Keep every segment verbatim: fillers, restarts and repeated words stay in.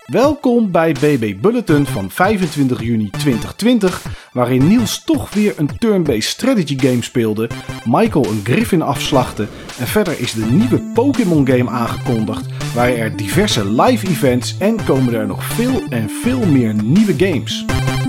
Welkom bij B B Bulletin van vijfentwintig juni tweeduizend twintig, waarin Niels toch weer een turn-based strategy game speelde, Michael een Griffin afslachtte en verder is de nieuwe Pokémon game aangekondigd, waar er diverse live events en komen er nog veel en veel meer nieuwe games.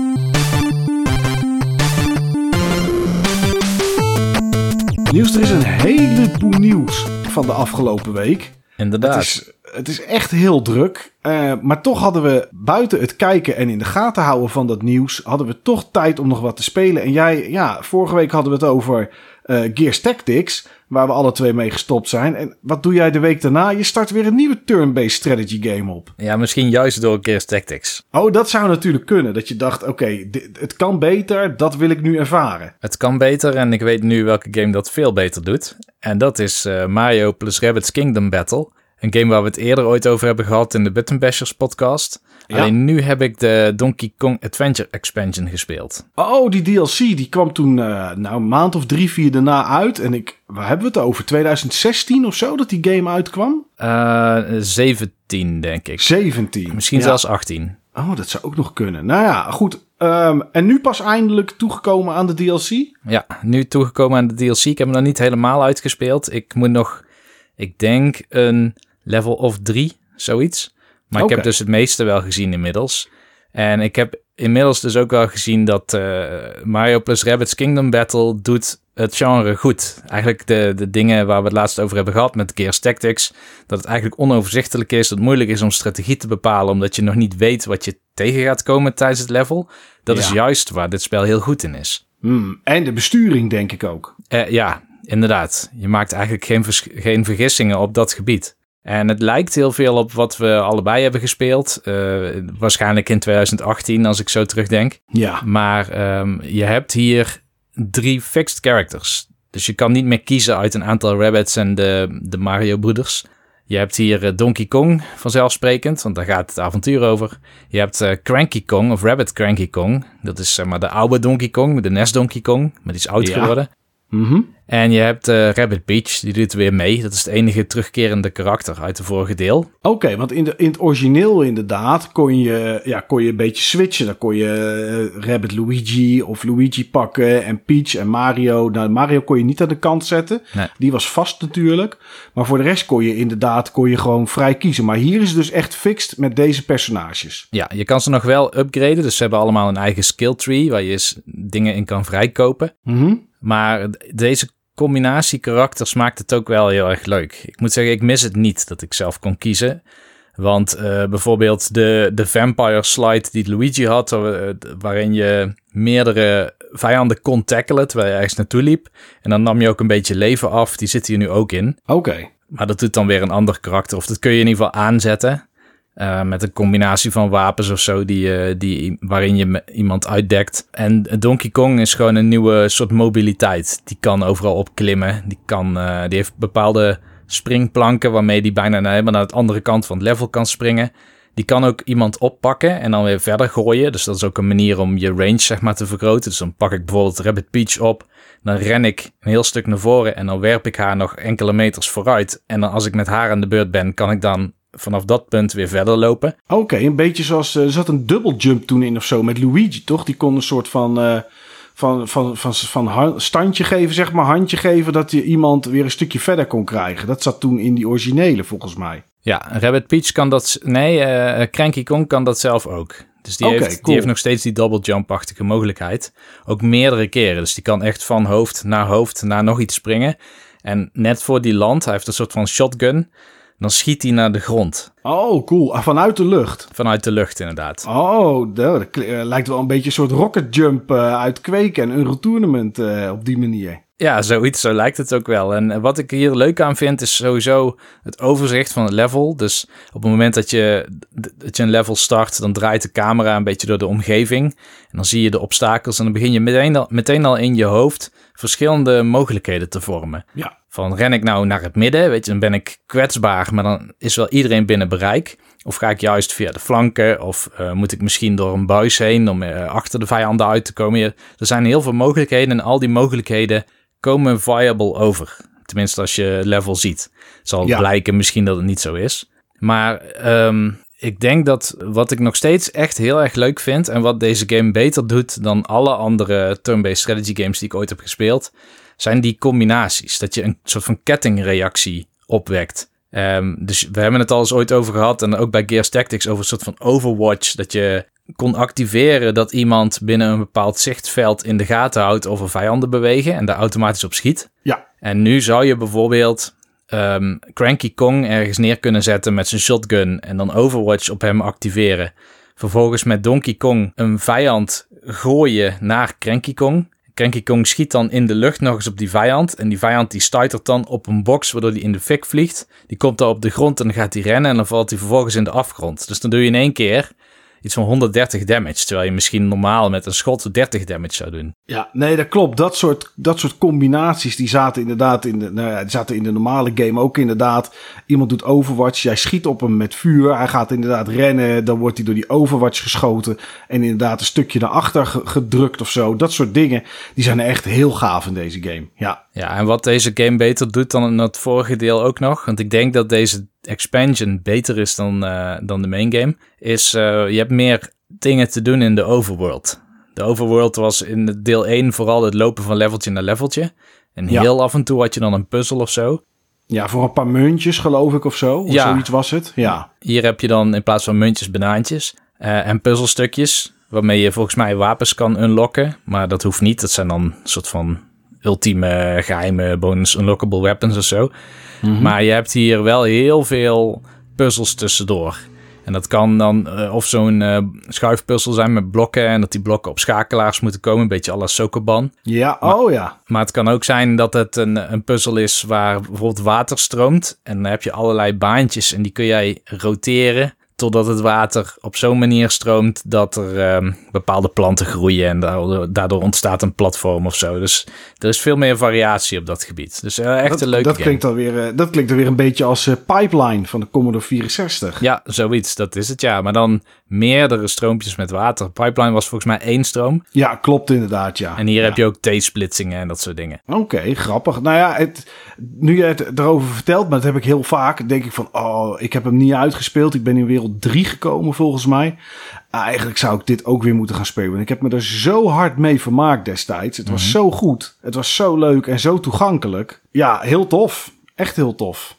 Niels, er is een heleboel nieuws van de afgelopen week. Inderdaad. Het is, het is echt heel druk. Uh, maar toch hadden we buiten het kijken en in de gaten houden van dat nieuws, hadden we toch tijd om nog wat te spelen. En jij, ja, vorige week hadden we het over uh, Gears Tactics, waar we alle twee mee gestopt zijn. En wat doe jij de week daarna? Je start weer een nieuwe turn-based strategy game op. Ja, misschien juist door Gears Tactics. Oh, dat zou natuurlijk kunnen. Dat je dacht, oké, okay, d- het kan beter, dat wil ik nu ervaren. Het kan beter en ik weet nu welke game dat veel beter doet. En dat is uh, Mario plus Rabbids Kingdom Battle. Een game waar we het eerder ooit over hebben gehad in de Button Bashers podcast. Ja. Alleen nu heb ik de Donkey Kong Adventure Expansion gespeeld. Oh, die D L C die kwam toen uh, nou, een maand of drie, vier daarna uit. En ik, waar hebben we het over? twintig zestien of zo dat die game uitkwam? Uh, zeventien, denk ik. zeventien. Misschien ja. zelfs achttien. Oh, dat zou ook nog kunnen. Nou ja, goed. Um, en nu pas eindelijk toegekomen aan de D L C? Ja, nu toegekomen aan de D L C. Ik heb hem nog niet helemaal uitgespeeld. Ik moet nog, ik denk, een level of drie, zoiets. Maar okay. Ik heb dus het meeste wel gezien inmiddels. En ik heb inmiddels dus ook wel gezien dat uh, Mario plus Rabbids Kingdom Battle doet het genre goed. Eigenlijk de, de dingen waar we het laatst over hebben gehad met Gears Tactics. Dat het eigenlijk onoverzichtelijk is, dat het moeilijk is om strategie te bepalen, omdat je nog niet weet wat je tegen gaat komen tijdens het level. Dat ja. is juist waar dit spel heel goed in is. Hmm, en de besturing denk ik ook. Uh, ja, inderdaad. Je maakt eigenlijk geen, vers- geen vergissingen op dat gebied. En het lijkt heel veel op wat we allebei hebben gespeeld. Uh, waarschijnlijk in twintig achttien, als ik zo terugdenk. Ja. Maar um, je hebt hier drie fixed characters. Dus je kan niet meer kiezen uit een aantal Rabbids en de, de Mario-broeders. Je hebt hier uh, Donkey Kong, vanzelfsprekend, want daar gaat het avontuur over. Je hebt uh, Cranky Kong, of Rabbid Cranky Kong. Dat is zeg maar de oude Donkey Kong, de N E S Donkey Kong, maar die is oud ja. geworden. Mm-hmm. En je hebt uh, Rabbid Peach, die doet weer mee. Dat is het enige terugkerende karakter uit de vorige deel. Oké, okay, want in, de, in het origineel inderdaad kon je, ja, kon je een beetje switchen. Dan kon je uh, Rabbid Luigi of Luigi pakken en Peach en Mario. Nou, Mario kon je niet aan de kant zetten. Nee. Die was vast natuurlijk. Maar voor de rest kon je inderdaad kon je gewoon vrij kiezen. Maar hier is het dus echt fixed met deze personages. Ja, je kan ze nog wel upgraden. Dus ze hebben allemaal een eigen skill tree waar je dingen in kan vrijkopen. Mm-hmm. Maar deze combinatie karakters maakt het ook wel heel erg leuk. Ik moet zeggen, ik mis het niet dat ik zelf kon kiezen. Want uh, bijvoorbeeld de, de Vampire Slide die Luigi had, uh, waarin je meerdere vijanden kon tackelen terwijl je ergens naartoe liep. En dan nam je ook een beetje leven af. Die zit hier nu ook in. Oké. Okay. Maar dat doet dan weer een ander karakter. Of dat kun je in ieder geval aanzetten. Uh, met een combinatie van wapens of zo die, uh, die, waarin je me, iemand uitdekt. En Donkey Kong is gewoon een nieuwe soort mobiliteit. Die kan overal opklimmen. Die, kan, uh, die heeft bepaalde springplanken waarmee die bijna naar, naar de andere kant van het level kan springen. Die kan ook iemand oppakken en dan weer verder gooien. Dus dat is ook een manier om je range zeg maar te vergroten. Dus dan pak ik bijvoorbeeld Rabbid Peach op. Dan ren ik een heel stuk naar voren en dan werp ik haar nog enkele meters vooruit. En dan als ik met haar aan de beurt ben, kan ik dan vanaf dat punt weer verder lopen. Oké, okay, een beetje zoals, uh, er zat een double jump toen in of zo met Luigi, toch? Die kon een soort van, uh, van, van, van, van, van standje geven, zeg maar, handje geven, dat je iemand weer een stukje verder kon krijgen. Dat zat toen in die originele, volgens mij. Ja, Rabbid Peach kan dat, nee, uh, Cranky Kong kan dat zelf ook. Dus die, okay, heeft, cool. die heeft nog steeds die double jump-achtige mogelijkheid. Ook meerdere keren. Dus die kan echt van hoofd naar hoofd naar nog iets springen. En net voor die land, hij heeft een soort van shotgun. Dan schiet hij naar de grond. Oh, cool. Ah, vanuit de lucht? Vanuit de lucht, inderdaad. Oh, dat lijkt wel een beetje een soort rocket jump uh, uit Quake en Unreal Tournament uh, op die manier. Ja, zoiets, zo lijkt het ook wel. En wat ik hier leuk aan vind, is sowieso het overzicht van het level. Dus op het moment dat je, dat je een level start, dan draait de camera een beetje door de omgeving. En dan zie je de obstakels en dan begin je meteen al, meteen al in je hoofd verschillende mogelijkheden te vormen. Ja. Van ren ik nou naar het midden, weet je, dan ben ik kwetsbaar, maar dan is wel iedereen binnen bereik. Of ga ik juist via de flanken, of uh, moet ik misschien door een buis heen om uh, achter de vijanden uit te komen. Er zijn heel veel mogelijkheden en al die mogelijkheden komen viable over. Tenminste als je level ziet. Het zal ja. blijken misschien dat het niet zo is. Maar um, ik denk dat wat ik nog steeds echt heel erg leuk vind en wat deze game beter doet dan alle andere turn-based strategy games die ik ooit heb gespeeld, zijn die combinaties. Dat je een soort van kettingreactie opwekt. Um, dus we hebben het al eens ooit over gehad en ook bij Gears Tactics over een soort van Overwatch, dat je kon activeren dat iemand binnen een bepaald zichtveld in de gaten houdt of er vijanden bewegen en daar automatisch op schiet. Ja. En nu zou je bijvoorbeeld um, Cranky Kong ergens neer kunnen zetten met zijn shotgun en dan Overwatch op hem activeren. Vervolgens met Donkey Kong een vijand gooien naar Cranky Kong. Cranky Kong schiet dan in de lucht nog eens op die vijand. En die vijand die stuitert dan op een box waardoor die in de fik vliegt. Die komt dan op de grond en dan gaat hij rennen en dan valt hij vervolgens in de afgrond. Dus dan doe je in één keer iets van honderddertig damage. Terwijl je misschien normaal met een schot dertig damage zou doen. Ja, nee, dat klopt. Dat soort, dat soort combinaties die zaten inderdaad in de, nou ja, die zaten in de normale game ook inderdaad. Iemand doet Overwatch, jij schiet op hem met vuur. Hij gaat inderdaad rennen, dan wordt hij door die Overwatch geschoten. En inderdaad een stukje naar achter gedrukt of zo. Dat soort dingen, die zijn echt heel gaaf in deze game. Ja. Ja, en wat deze game beter doet dan in het vorige deel ook nog. Want ik denk dat deze expansion beter is dan, uh, dan de main game. Is, uh, je hebt meer dingen te doen in de overworld. De overworld was in deel één vooral het lopen van leveltje naar leveltje. En Ja. heel af en toe had je dan een puzzel of zo. Ja, voor een paar muntjes geloof ik of zo. Of Ja. zoiets was het. Ja. Hier heb je dan in plaats van muntjes banaantjes uh, en puzzelstukjes. Waarmee je volgens mij wapens kan unlocken. Maar dat hoeft niet. Dat zijn dan een soort van ultieme geheime bonus unlockable weapons of zo. Mm-hmm. Maar je hebt hier wel heel veel puzzels tussendoor. En dat kan dan uh, of zo'n uh, schuifpuzzel zijn met blokken en dat die blokken op schakelaars moeten komen. Een beetje à la Sokoban. Ja, oh ja. Maar het kan ook zijn dat het een, een puzzel is waar bijvoorbeeld water stroomt. En dan heb je allerlei baantjes en die kun jij roteren totdat het water op zo'n manier stroomt dat er um, bepaalde planten groeien en daardoor, daardoor ontstaat een platform of zo. Dus er is veel meer variatie op dat gebied. Dus uh, echt dat, een leuke dat game. klinkt dan weer, uh, dat klinkt dan weer een beetje als uh, Pipeline van de Commodore vierenzestig. Ja, zoiets. Dat is het, ja. Maar dan meerdere stroompjes met water. Pipeline was volgens mij één stroom. Ja, klopt inderdaad, ja. En hier ja. heb je ook T-splitsingen en dat soort dingen. Oké, okay, grappig. Nou ja, het, nu je het erover vertelt, maar dat heb ik heel vaak, denk ik van, oh, ik heb hem niet uitgespeeld. Ik ben in wereld drie gekomen volgens mij. Eigenlijk zou ik dit ook weer moeten gaan spelen. Want ik heb me er zo hard mee vermaakt destijds. Het was mm-hmm. zo goed. Het was zo leuk en zo toegankelijk. Ja, heel tof. Echt heel tof.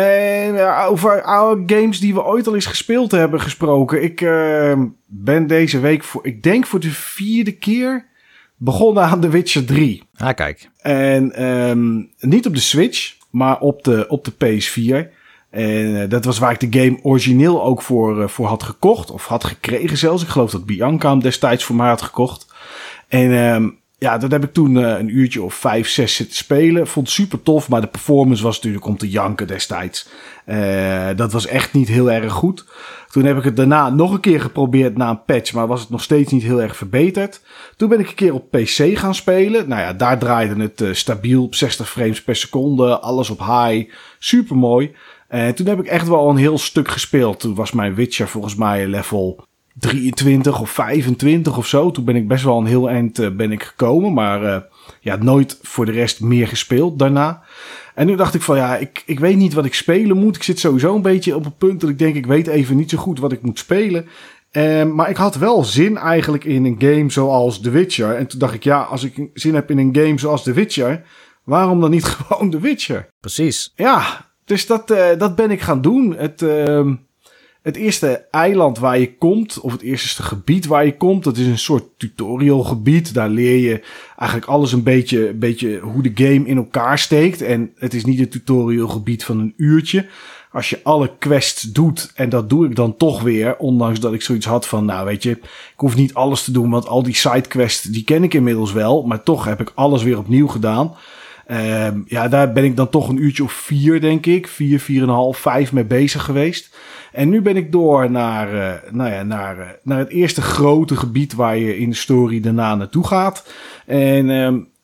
En uh, over oude games die we ooit al eens gespeeld hebben gesproken. Ik uh, ben deze week voor, ik denk voor de vierde keer begonnen aan The Witcher drie. Ah, kijk. En um, niet op de Switch, maar op de, op de P S vier. En uh, dat was waar ik de game origineel ook voor, uh, voor had gekocht. Of had gekregen zelfs. Ik geloof dat Bianca hem destijds voor mij had gekocht. En um, ja, dat heb ik toen uh, een uurtje of vijf, zes zitten spelen. Vond het super tof, maar de performance was natuurlijk om te janken destijds. Uh, dat was echt niet heel erg goed. Toen heb ik het daarna nog een keer geprobeerd na een patch, maar was het nog steeds niet heel erg verbeterd. Toen ben ik een keer op P C gaan spelen. Nou ja, daar draaide het uh, stabiel op zestig frames per seconde. Alles op high. Super mooi. En toen heb ik echt wel een heel stuk gespeeld. Toen was mijn Witcher volgens mij level drieëntwintig of vijfentwintig of zo. Toen ben ik best wel een heel eind uh, ben ik gekomen. Maar uh, ja, nooit voor de rest meer gespeeld daarna. En nu dacht ik van ja, ik, ik weet niet wat ik spelen moet. Ik zit sowieso een beetje op het punt dat ik denk, ik weet even niet zo goed wat ik moet spelen. Um, maar ik had wel zin eigenlijk in een game zoals The Witcher. En toen dacht ik, ja, als ik zin heb in een game zoals The Witcher, waarom dan niet gewoon The Witcher? Precies. Ja, dus dat, uh, dat ben ik gaan doen. Het, uh, het eerste eiland waar je komt, of het eerste gebied waar je komt, dat is een soort tutorial gebied. Daar leer je eigenlijk alles een beetje, een beetje hoe de game in elkaar steekt. En het is niet een tutorial gebied van een uurtje. Als je alle quests doet, en dat doe ik dan toch weer, ondanks dat ik zoiets had van, nou weet je, ik hoef niet alles te doen, want al die sidequests, die ken ik inmiddels wel, maar toch heb ik alles weer opnieuw gedaan. Uh, ja, daar ben ik dan toch een uurtje of vier, denk ik, vier, vier en een half, vijf mee bezig geweest. En nu ben ik door naar, uh, nou ja, naar, uh, naar het eerste grote gebied waar je in de story daarna naartoe gaat. En uh,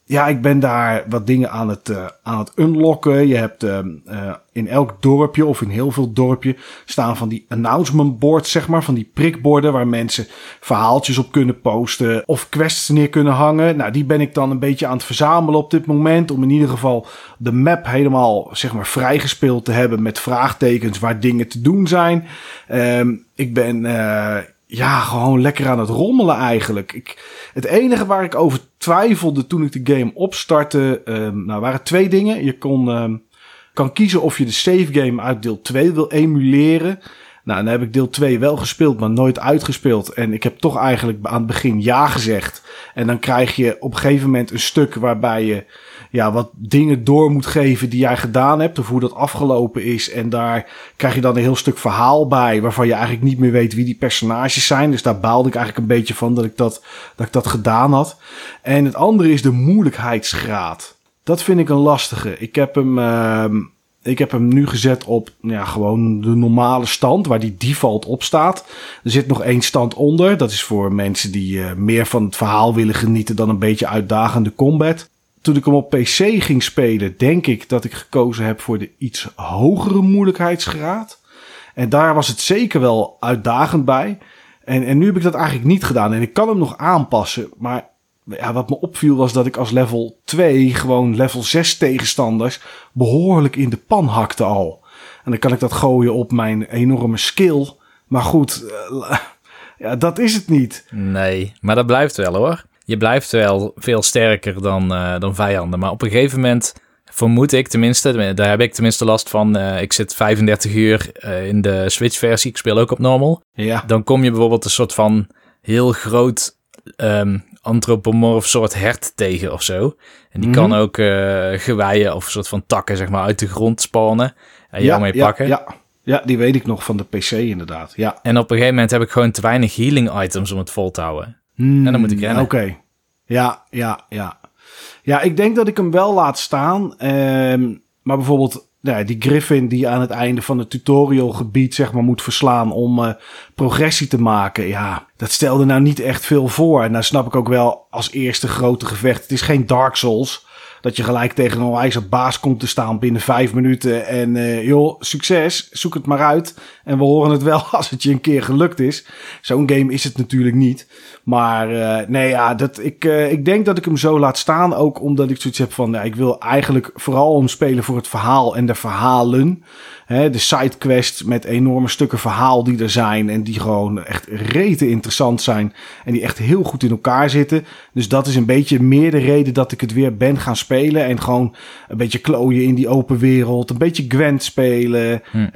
ja, ik ben daar wat dingen aan het, uh, aan het unlocken. Je hebt uh, uh, in elk dorpje of in heel veel dorpje staan van die announcement boards, zeg maar. Van die prikborden waar mensen verhaaltjes op kunnen posten of quests neer kunnen hangen. Nou, die ben ik dan een beetje aan het verzamelen op dit moment. Om in ieder geval de map helemaal, zeg maar, vrijgespeeld te hebben met vraagtekens waar dingen te doen zijn. Um, ik ben... Uh, Ja, gewoon lekker aan het rommelen eigenlijk. Ik, het enige waar ik over twijfelde toen ik de game opstartte, um, nou waren twee dingen. Je kon, um, kan kiezen of je de save game uit deel twee wil emuleren. Nou, dan heb ik deel twee wel gespeeld, maar nooit uitgespeeld. En ik heb toch eigenlijk aan het begin ja gezegd. En dan krijg je op een gegeven moment een stuk waarbij je ja, wat dingen door moet geven die jij gedaan hebt. Of hoe dat afgelopen is. En daar krijg je dan een heel stuk verhaal bij, waarvan je eigenlijk niet meer weet wie die personages zijn. Dus daar baalde ik eigenlijk een beetje van dat ik dat, dat, ik dat gedaan had. En het andere is de moeilijkheidsgraad. Dat vind ik een lastige. Ik heb hem... Uh, Ik heb hem nu gezet op ja, gewoon de normale stand, waar die default op staat. Er zit nog één stand onder. Dat is voor mensen die uh, meer van het verhaal willen genieten dan een beetje uitdagende combat. Toen ik hem op P C ging spelen, denk ik dat ik gekozen heb voor de iets hogere moeilijkheidsgraad. En daar was het zeker wel uitdagend bij. En, en nu heb ik dat eigenlijk niet gedaan. En ik kan hem nog aanpassen, maar... Ja, wat me opviel was dat ik als level twee gewoon level zes tegenstanders behoorlijk in de pan hakte al. En dan kan ik dat gooien op mijn enorme skill. Maar goed, uh, ja, dat is het niet. Nee, maar dat blijft wel hoor. Je blijft wel veel sterker dan, uh, dan vijanden. Maar op een gegeven moment vermoed ik tenminste, daar heb ik tenminste last van. Uh, ik zit vijfendertig uur uh, in de Switch versie, ik speel ook op normal. Ja. Dan kom je bijvoorbeeld een soort van heel groot... Um, antropomorf soort hert tegen of zo. En die mm-hmm. kan ook uh, geweien of een soort van takken zeg maar uit de grond spannen en jou ja, mee ja, pakken. Ja. ja, die weet ik nog van de P C inderdaad. Ja. En op een gegeven moment heb ik gewoon te weinig healing items om het vol te houden. Mm, en dan moet ik rennen. Oké. Okay. Ja, ja, ja. Ja, ik denk dat ik hem wel laat staan. Um, maar bijvoorbeeld... Ja, die Griffin die aan het einde van het tutorialgebied zeg maar moet verslaan om uh, progressie te maken. Ja, dat stelde nou niet echt veel voor. En nou snap ik ook wel als eerste grote gevecht. Het is geen Dark Souls. Dat je gelijk tegen een wijze baas komt te staan binnen vijf minuten. En uh, joh, succes, zoek het maar uit. En we horen het wel als het je een keer gelukt is. Zo'n game is het natuurlijk niet. Maar uh, nee, ja, dat, ik, uh, ik denk dat ik hem zo laat staan. Ook omdat ik zoiets heb van, ja, ik wil eigenlijk vooral hem spelen voor het verhaal en de verhalen. Hè, de sidequests met enorme stukken verhaal die er zijn. En die gewoon echt rete interessant zijn. En die echt heel goed in elkaar zitten. Dus dat is een beetje meer de reden dat ik het weer ben gaan spelen. En gewoon een beetje klooien in die open wereld. Een beetje Gwent spelen. Hm.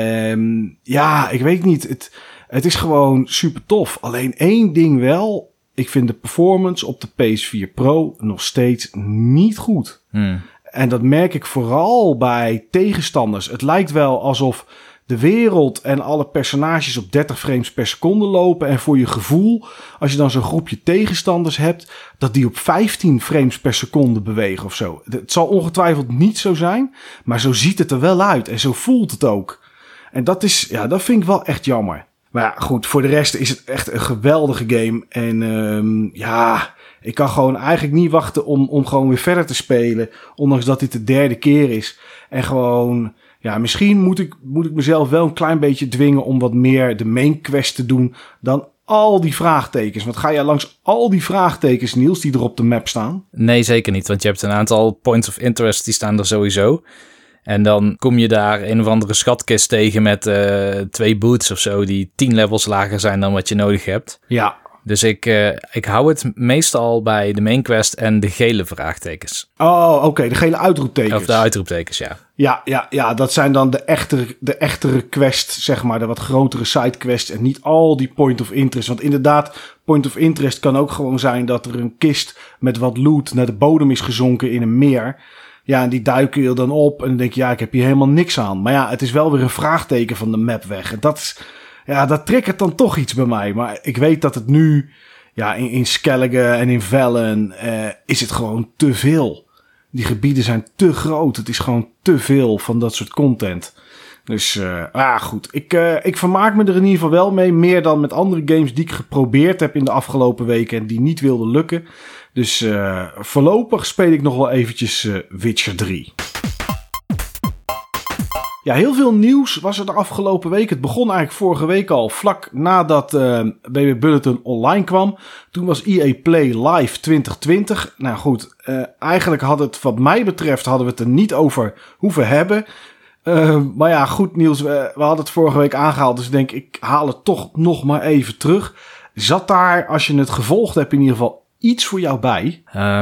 Um, ja, ik weet niet. Het, het is gewoon super tof. Alleen één ding wel. Ik vind de performance op de P S vier Pro nog steeds niet goed. Hm. En dat merk ik vooral bij tegenstanders. Het lijkt wel alsof de wereld en alle personages op dertig frames per seconde lopen. En voor je gevoel, als je dan zo'n groepje tegenstanders hebt, dat die op vijftien frames per seconde bewegen of zo. Het zal ongetwijfeld niet zo zijn, maar zo ziet het er wel uit. En zo voelt het ook. En dat is, ja, dat vind ik wel echt jammer. Maar ja, goed, voor de rest is het echt een geweldige game. En um, ja, ik kan gewoon eigenlijk niet wachten om, om gewoon weer verder te spelen. Ondanks dat dit de derde keer is. En gewoon, ja, misschien moet ik, moet ik mezelf wel een klein beetje dwingen om wat meer de main quest te doen dan al die vraagtekens. Want ga jij langs al die vraagtekens, Niels, die er op de map staan? Nee, zeker niet. Want je hebt een aantal points of interest, die staan er sowieso. En dan kom je daar een of andere schatkist tegen met uh, twee boots of zo die tien levels lager zijn dan wat je nodig hebt. Ja. Dus ik, uh, ik hou het meestal bij de main quest en de gele vraagtekens. Oh, oké. Okay. De gele uitroeptekens. Of de uitroeptekens, ja. Ja, ja, ja. Dat zijn dan de echte, de echtere quest, zeg maar. De wat grotere sidequests en niet al die point of interest. Want inderdaad, point of interest kan ook gewoon zijn dat er een kist met wat loot naar de bodem is gezonken in een meer. Ja, en die duiken je dan op en dan denk je, ja, ik heb hier helemaal niks aan. Maar ja, het is wel weer een vraagteken van de map weg. En dat is, ja, dat triggert dan toch iets bij mij. Maar ik weet dat het nu, ja, in, in Skellige en in Velen uh, is het gewoon te veel. Die gebieden zijn te groot. Het is gewoon te veel van dat soort content. Dus, uh, ah, goed. Ik, uh, ik vermaak me er in ieder geval wel mee. Meer dan met andere games die ik geprobeerd heb in de afgelopen weken en die niet wilden lukken. Dus uh, voorlopig speel ik nog wel eventjes uh, Witcher drie. Ja, heel veel nieuws was er de afgelopen week. Het begon eigenlijk vorige week al, vlak nadat uh, B B Bulletin online kwam. Toen was E A Play Live twintig twintig. Nou goed, uh, eigenlijk had het, wat mij betreft, hadden we het er niet over hoeven hebben. Uh, maar ja, goed nieuws. We, we hadden het vorige week aangehaald, dus ik denk, ik haal het toch nog maar even terug. Zat daar, als je het gevolgd hebt, in ieder geval iets voor jou bij?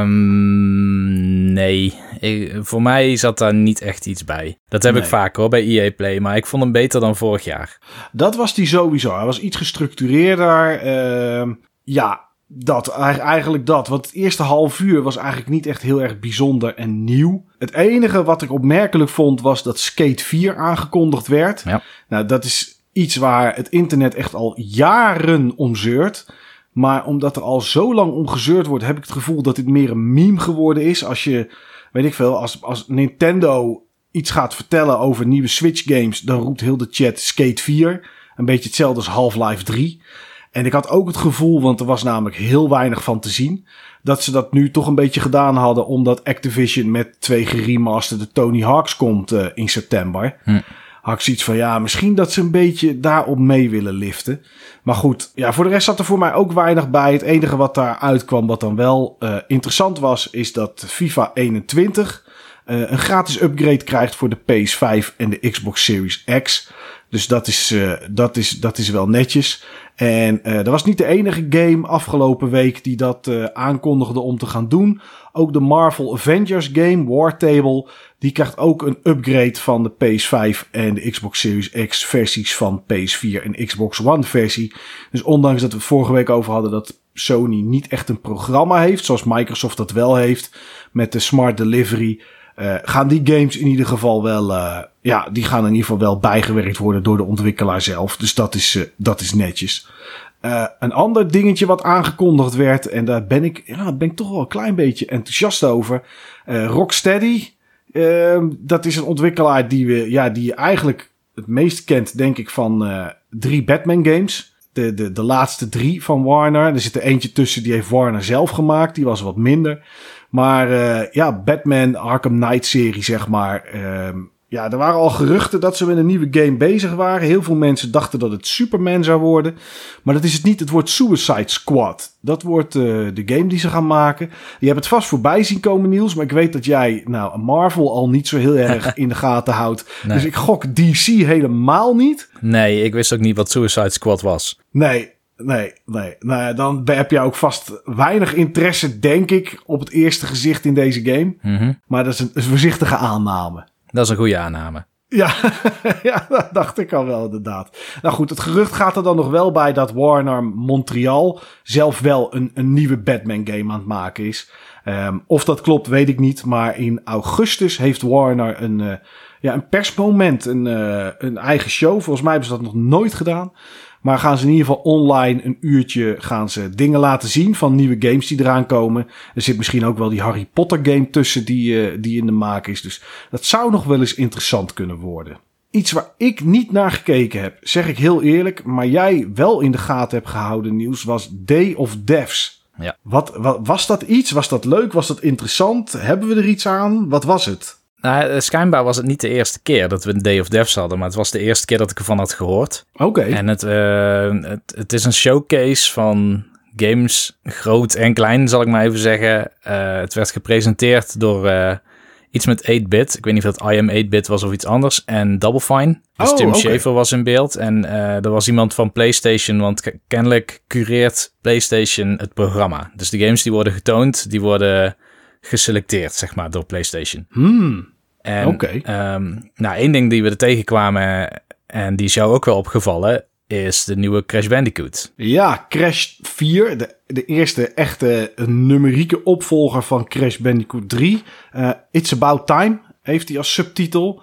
Um, nee, ik, voor mij zat daar niet echt iets bij. Dat heb nee. ik vaak hoor, bij E A Play, maar ik vond hem beter dan vorig jaar. Dat was die sowieso. Hij was iets gestructureerder. Uh, ja, dat, eigenlijk dat. Want het eerste half uur was eigenlijk niet echt heel erg bijzonder en nieuw. Het enige wat ik opmerkelijk vond was dat Skate vier aangekondigd werd. Ja. Nou, dat is iets waar het internet echt al jaren om zeurt. Maar omdat er al zo lang om gezeurd wordt, heb ik het gevoel dat dit meer een meme geworden is. Als je, weet ik veel, als, als Nintendo iets gaat vertellen over nieuwe Switch games, dan roept heel de chat Skate vier. Een beetje hetzelfde als Half-Life drie. En ik had ook het gevoel, want er was namelijk heel weinig van te zien, dat ze dat nu toch een beetje gedaan hadden, omdat Activision met twee geremasterde Tony Hawk's komt uh, in september. Hm. Had ik zoiets van, ja, misschien dat ze een beetje daarop mee willen liften. Maar goed, ja, voor de rest zat er voor mij ook weinig bij. Het enige wat daar uitkwam, wat dan wel uh, interessant was, is dat FIFA eenentwintig uh, een gratis upgrade krijgt voor de P S vijf en de Xbox Series X. Dus dat is, uh, dat is, dat is wel netjes. En uh, dat was niet de enige game afgelopen week die dat uh, aankondigde om te gaan doen. Ook de Marvel Avengers game, War Table, die krijgt ook een upgrade van de P S vijf en de Xbox Series X versies van P S vier en Xbox One versie. Dus ondanks dat we het vorige week over hadden dat Sony niet echt een programma heeft, zoals Microsoft dat wel heeft met de Smart Delivery, uh, gaan die games in ieder geval wel, uh, ja, die gaan in ieder geval wel bijgewerkt worden door de ontwikkelaar zelf. Dus dat is, uh, dat is netjes. Uh, een ander dingetje wat aangekondigd werd, en daar ben ik, ja, ben ik toch wel een klein beetje enthousiast over. Uh, Rocksteady, uh, dat is een ontwikkelaar die we, ja, die je eigenlijk het meest kent, denk ik, van uh, drie Batman games. De, de, de laatste drie van Warner. Er zit er eentje tussen, die heeft Warner zelf gemaakt. Die was wat minder. Maar uh, ja, Batman Arkham Knight serie, zeg maar. Uh, ja, er waren al geruchten dat ze met een nieuwe game bezig waren. Heel veel mensen dachten dat het Superman zou worden. Maar dat is het niet. Het wordt Suicide Squad. Dat wordt uh, de game die ze gaan maken. Je hebt het vast voorbij zien komen, Niels. Maar ik weet dat jij nou Marvel al niet zo heel erg in de gaten houdt. Nee. Dus ik gok D C helemaal niet. Nee, ik wist ook niet wat Suicide Squad was. Nee, nee, nee. Nou ja, dan heb je ook vast weinig interesse, denk ik, op het eerste gezicht in deze game. Mm-hmm. Maar dat is een, een voorzichtige aanname. Dat is een goede aanname. Ja, ja, dat dacht ik al wel inderdaad. Nou goed, het gerucht gaat er dan nog wel bij dat Warner Montreal zelf wel een, een nieuwe Batman game aan het maken is. Um, of dat klopt, weet ik niet. Maar in augustus heeft Warner een, uh, ja, een persmoment, een, uh, een eigen show. Volgens mij hebben ze dat nog nooit gedaan. Maar gaan ze in ieder geval online een uurtje gaan ze dingen laten zien van nieuwe games die eraan komen. Er zit misschien ook wel die Harry Potter game tussen die, uh, die in de maak is. Dus dat zou nog wel eens interessant kunnen worden. Iets waar ik niet naar gekeken heb, zeg ik heel eerlijk, maar jij wel in de gaten hebt gehouden, Niels, was Day of Devs. Ja. Wat, wat, was dat iets? Was dat leuk? Was dat interessant? Hebben we er iets aan? Wat was het? Nou, schijnbaar was het niet de eerste keer dat we een Day of Devs hadden, maar het was de eerste keer dat ik ervan had gehoord. Oké. Okay. En het, uh, het, het is een showcase van games, groot en klein, zal ik maar even zeggen. Uh, het werd gepresenteerd door uh, iets met acht bit. Ik weet niet of het I am acht bit was of iets anders. En Double Fine. Dus oh, Tim okay. Schafer was in beeld. En uh, er was iemand van PlayStation, want k- kennelijk cureert PlayStation het programma. Dus de games die worden getoond, die worden geselecteerd, zeg maar, door PlayStation. Hmm. En okay. um, nou, één ding die we er tegenkwamen, en die is jou ook wel opgevallen, is de nieuwe Crash Bandicoot. Ja, Crash vier, de, de eerste echte numerieke opvolger van Crash Bandicoot drie. Uh, It's About Time heeft hij als subtitel.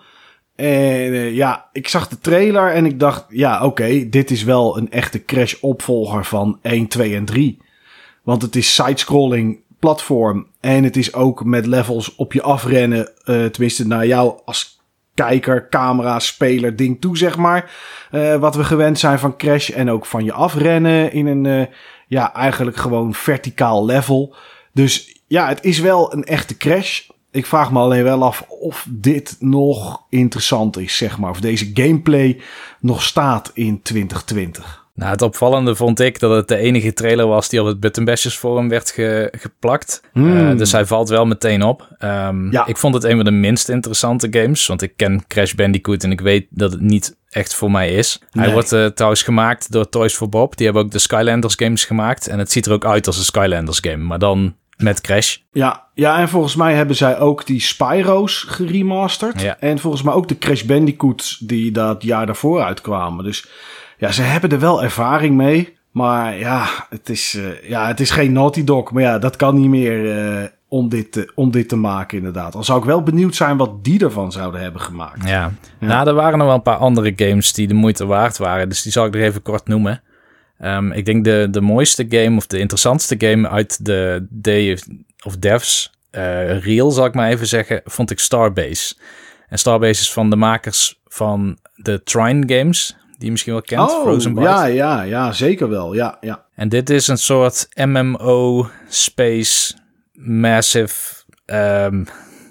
En uh, ja, ik zag de trailer en ik dacht, ja, oké, okay, dit is wel een echte Crash opvolger van één, twee en drie. Want het is sidescrolling platform en het is ook met levels op je afrennen, uh, tenminste naar jou als kijker, camera, speler, ding toe, zeg maar. Uh, wat we gewend zijn van Crash en ook van je afrennen in een, uh, ja, eigenlijk gewoon verticaal level. Dus ja, het is wel een echte Crash. Ik vraag me alleen wel af of dit nog interessant is, zeg maar. Of deze gameplay nog staat in twintig twintig. Nou, het opvallende vond ik dat het de enige trailer was die op het Button Bashers forum werd ge- geplakt. Mm. Uh, dus hij valt wel meteen op. Um, ja. Ik vond het een van de minst interessante games, want ik ken Crash Bandicoot en ik weet dat het niet echt voor mij is. Nee. Hij wordt uh, trouwens gemaakt door Toys for Bob. Die hebben ook de Skylanders games gemaakt en het ziet er ook uit als een Skylanders game, maar dan met Crash. Ja, ja, en volgens mij hebben zij ook die Spyro's geremasterd. Ja. En volgens mij ook de Crash Bandicoots die dat jaar daarvoor uitkwamen. Dus ja, ze hebben er wel ervaring mee. Maar ja, het is, uh, ja, het is geen Naughty Dog. Maar ja, dat kan niet meer uh, om, dit te, om dit te maken inderdaad. Al zou ik wel benieuwd zijn wat die ervan zouden hebben gemaakt. Ja, ja. Nou, er waren nog wel een paar andere games die de moeite waard waren. Dus die zal ik er even kort noemen. Um, ik denk de, de mooiste game of de interessantste game uit de Day of Devs uh, reel, zal ik maar even zeggen, vond ik Starbase. En Starbase is van de makers van de Trine games, die je misschien wel kent. Oh, Frozen Byte. ja, ja, ja, zeker wel. Ja, ja. En dit is een soort M M O space massive um,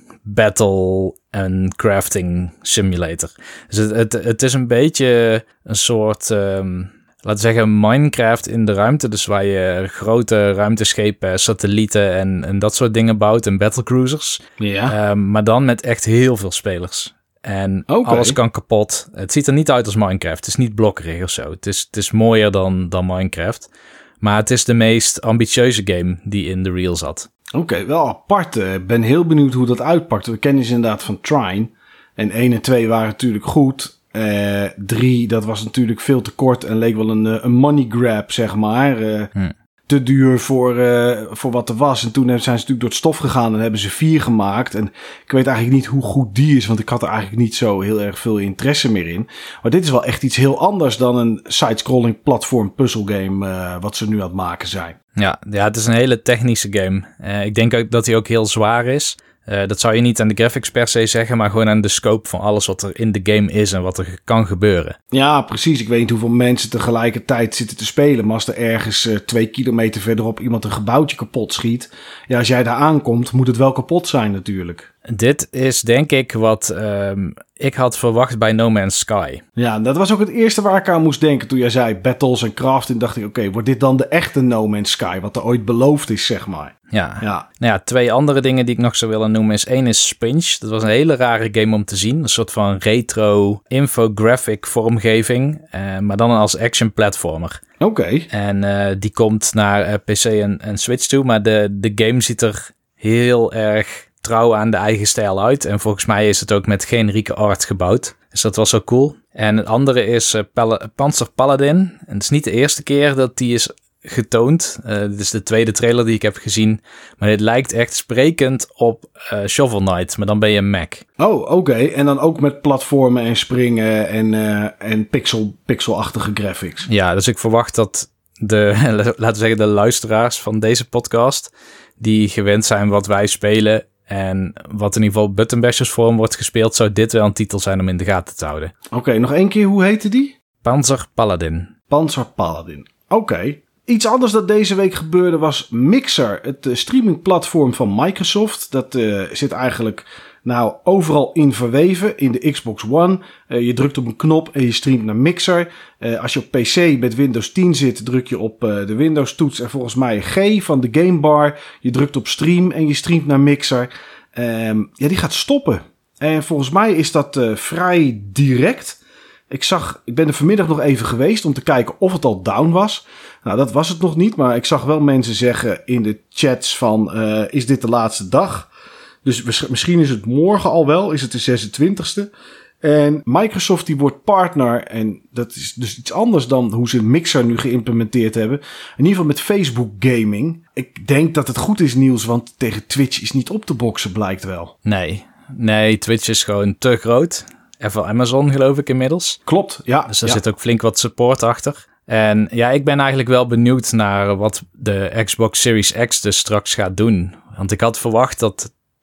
battle en crafting simulator. Dus het, het, het is een beetje een soort, um, laten we zeggen, Minecraft in de ruimte. Dus waar je grote ruimteschepen, satellieten en, en dat soort dingen bouwt en battlecruisers. Ja. Um, maar dan met echt heel veel spelers. En okay. Alles kan kapot. Het ziet er niet uit als Minecraft. Het is niet blokkerig of zo. Het is, het is mooier dan, dan Minecraft. Maar het is de meest ambitieuze game die in de reel zat. Oké, okay, wel apart. Ik ben heel benieuwd hoe dat uitpakt. We kennen ze inderdaad van Trine. En één en twee waren natuurlijk goed. Uh, drie, dat was natuurlijk veel te kort en leek wel een, een money grab, zeg maar. Uh, hmm. Te duur voor, uh, voor wat er was. En toen zijn ze natuurlijk door het stof gegaan en hebben ze vier gemaakt. En ik weet eigenlijk niet hoe goed die is, want ik had er eigenlijk niet zo heel erg veel interesse meer in. Maar dit is wel echt iets heel anders dan een side-scrolling platform puzzelgame uh, wat ze nu aan het maken zijn. Ja, ja, het is een hele technische game. Uh, ik denk ook dat hij ook heel zwaar is. Uh, dat zou je niet aan de graphics per se zeggen, maar gewoon aan de scope van alles wat er in de game is en wat er kan gebeuren. Ja, precies. Ik weet niet hoeveel mensen tegelijkertijd zitten te spelen, maar als er ergens uh, twee kilometer verderop iemand een gebouwtje kapot schiet, ja, als jij daar aankomt, moet het wel kapot zijn natuurlijk. Dit is denk ik wat um, ik had verwacht bij No Man's Sky. Ja, dat was ook het eerste waar ik aan moest denken toen jij zei battles en crafting. Dacht ik, oké, okay, wordt dit dan de echte No Man's Sky, wat er ooit beloofd is, zeg maar. Ja. ja. Nou ja, twee andere dingen die ik nog zou willen noemen is één is Spinch. Dat was een hele rare game om te zien. Een soort van retro infographic vormgeving, uh, maar dan als action platformer. Oké. Okay. En uh, die komt naar uh, P C en, en Switch toe, maar de, de game ziet er heel erg trouw aan de eigen stijl uit. En volgens mij is het ook met generieke art gebouwd. Dus dat was zo cool. En het andere is uh, Pal- Panzer Paladin. En het is niet de eerste keer dat die is getoond. Uh, dit is de tweede trailer die ik heb gezien. Maar dit lijkt echt sprekend op uh, Shovel Knight. Maar dan ben je een Mac. Oh, oké. Okay. En dan ook met platformen en springen en, uh, en pixel, pixelachtige graphics. Ja, dus ik verwacht dat de, laten we zeggen, de luisteraars van deze podcast, die gewend zijn wat wij spelen en wat in ieder geval Button Bashers vorm wordt gespeeld, zou dit wel een titel zijn om in de gaten te houden. Oké, okay, nog één keer, hoe heette die? Panzer Paladin. Panzer Paladin. Oké. Okay. Iets anders dat deze week gebeurde was Mixer, het uh, streamingplatform van Microsoft. Dat uh, zit eigenlijk nou overal in verweven in de Xbox One. Uh, je drukt op een knop en je streamt naar Mixer. Uh, als je op P C met Windows tien zit, druk je op uh, de Windows toets en volgens mij G van de gamebar. Je drukt op stream en je streamt naar Mixer. Um, ja, die gaat stoppen. En volgens mij is dat uh, vrij direct. Ik zag, ik ben er vanmiddag nog even geweest om te kijken of het al down was. Nou, dat was het nog niet, maar ik zag wel mensen zeggen in de chats van, uh, is dit de laatste dag? Dus misschien is het morgen al wel, is het de zesentwintigste. En Microsoft die wordt partner en dat is dus iets anders dan hoe ze Mixer nu geïmplementeerd hebben. In ieder geval met Facebook Gaming. Ik denk dat het goed is, Niels, want tegen Twitch is niet op te boksen, blijkt wel. Nee, nee, Twitch is gewoon te groot. En van Amazon geloof ik inmiddels. Klopt, ja. Dus er ja. zit ook flink wat support achter. En ja, ik ben eigenlijk wel benieuwd naar wat de Xbox Series X dus straks gaat doen. Want ik had verwacht dat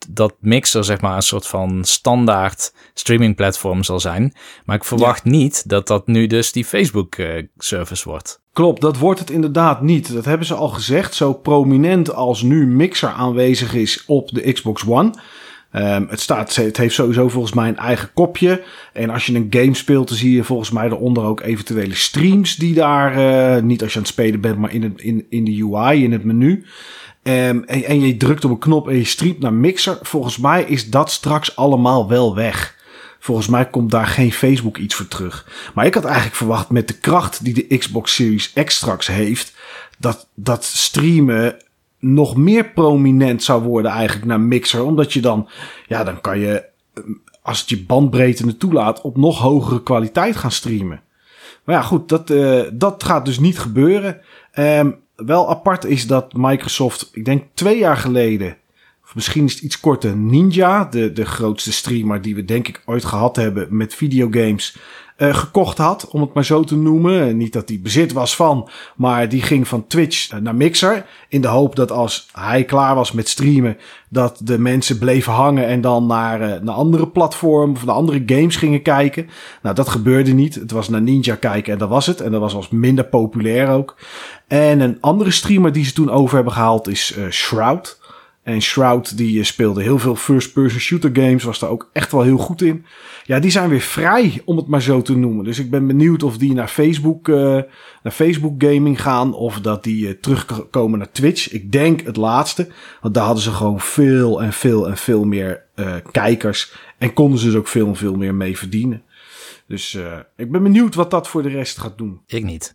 dat Mixer zeg maar een soort van standaard streamingplatform zal zijn. Maar ik verwacht ja. niet dat dat nu dus die Facebook-service uh, wordt. Klopt, dat wordt het inderdaad niet. Dat hebben ze al gezegd. Zo prominent als nu Mixer aanwezig is op de Xbox One. Um, het, staat, het heeft sowieso volgens mij een eigen kopje. En als je een game speelt, dan zie je volgens mij eronder ook eventuele streams die daar... Uh, niet als je aan het spelen bent, maar in, het, in, in de U I, in het menu. Um, en, en je drukt op een knop en je streamt naar Mixer. Volgens mij is dat straks allemaal wel weg. Volgens mij komt daar geen Facebook iets voor terug. Maar ik had eigenlijk verwacht met de kracht die de Xbox Series X straks heeft... dat, dat streamen nog meer prominent zou worden eigenlijk naar Mixer. Omdat je dan... Ja, dan kan je, als het je bandbreedte het toelaat, op nog hogere kwaliteit gaan streamen. Maar ja, goed, dat, uh, dat gaat dus niet gebeuren. Um, wel apart is dat Microsoft, ik denk twee jaar geleden... of misschien is het iets korter, Ninja, de, de grootste streamer die we denk ik ooit gehad hebben met videogames, uh, gekocht had, om het maar zo te noemen. Niet dat die bezit was van, maar die ging van Twitch naar Mixer, in de hoop dat als hij klaar was met streamen, dat de mensen bleven hangen en dan naar, uh, naar andere platformen of naar andere games gingen kijken. Nou, dat gebeurde niet. Het was naar Ninja kijken en dat was het. En dat was als minder populair ook. En een andere streamer die ze toen over hebben gehaald is uh, Shroud. En Shroud die speelde heel veel first-person shooter games. Was daar ook echt wel heel goed in. Ja, die zijn weer vrij, om het maar zo te noemen. Dus ik ben benieuwd of die naar Facebook, uh, naar Facebook gaming gaan. Of dat die uh, terugkomen naar Twitch. Ik denk het laatste. Want daar hadden ze gewoon veel en veel en veel meer uh, kijkers. En konden ze dus ook veel en veel meer mee verdienen. Dus uh, ik ben benieuwd wat dat voor de rest gaat doen. Ik niet.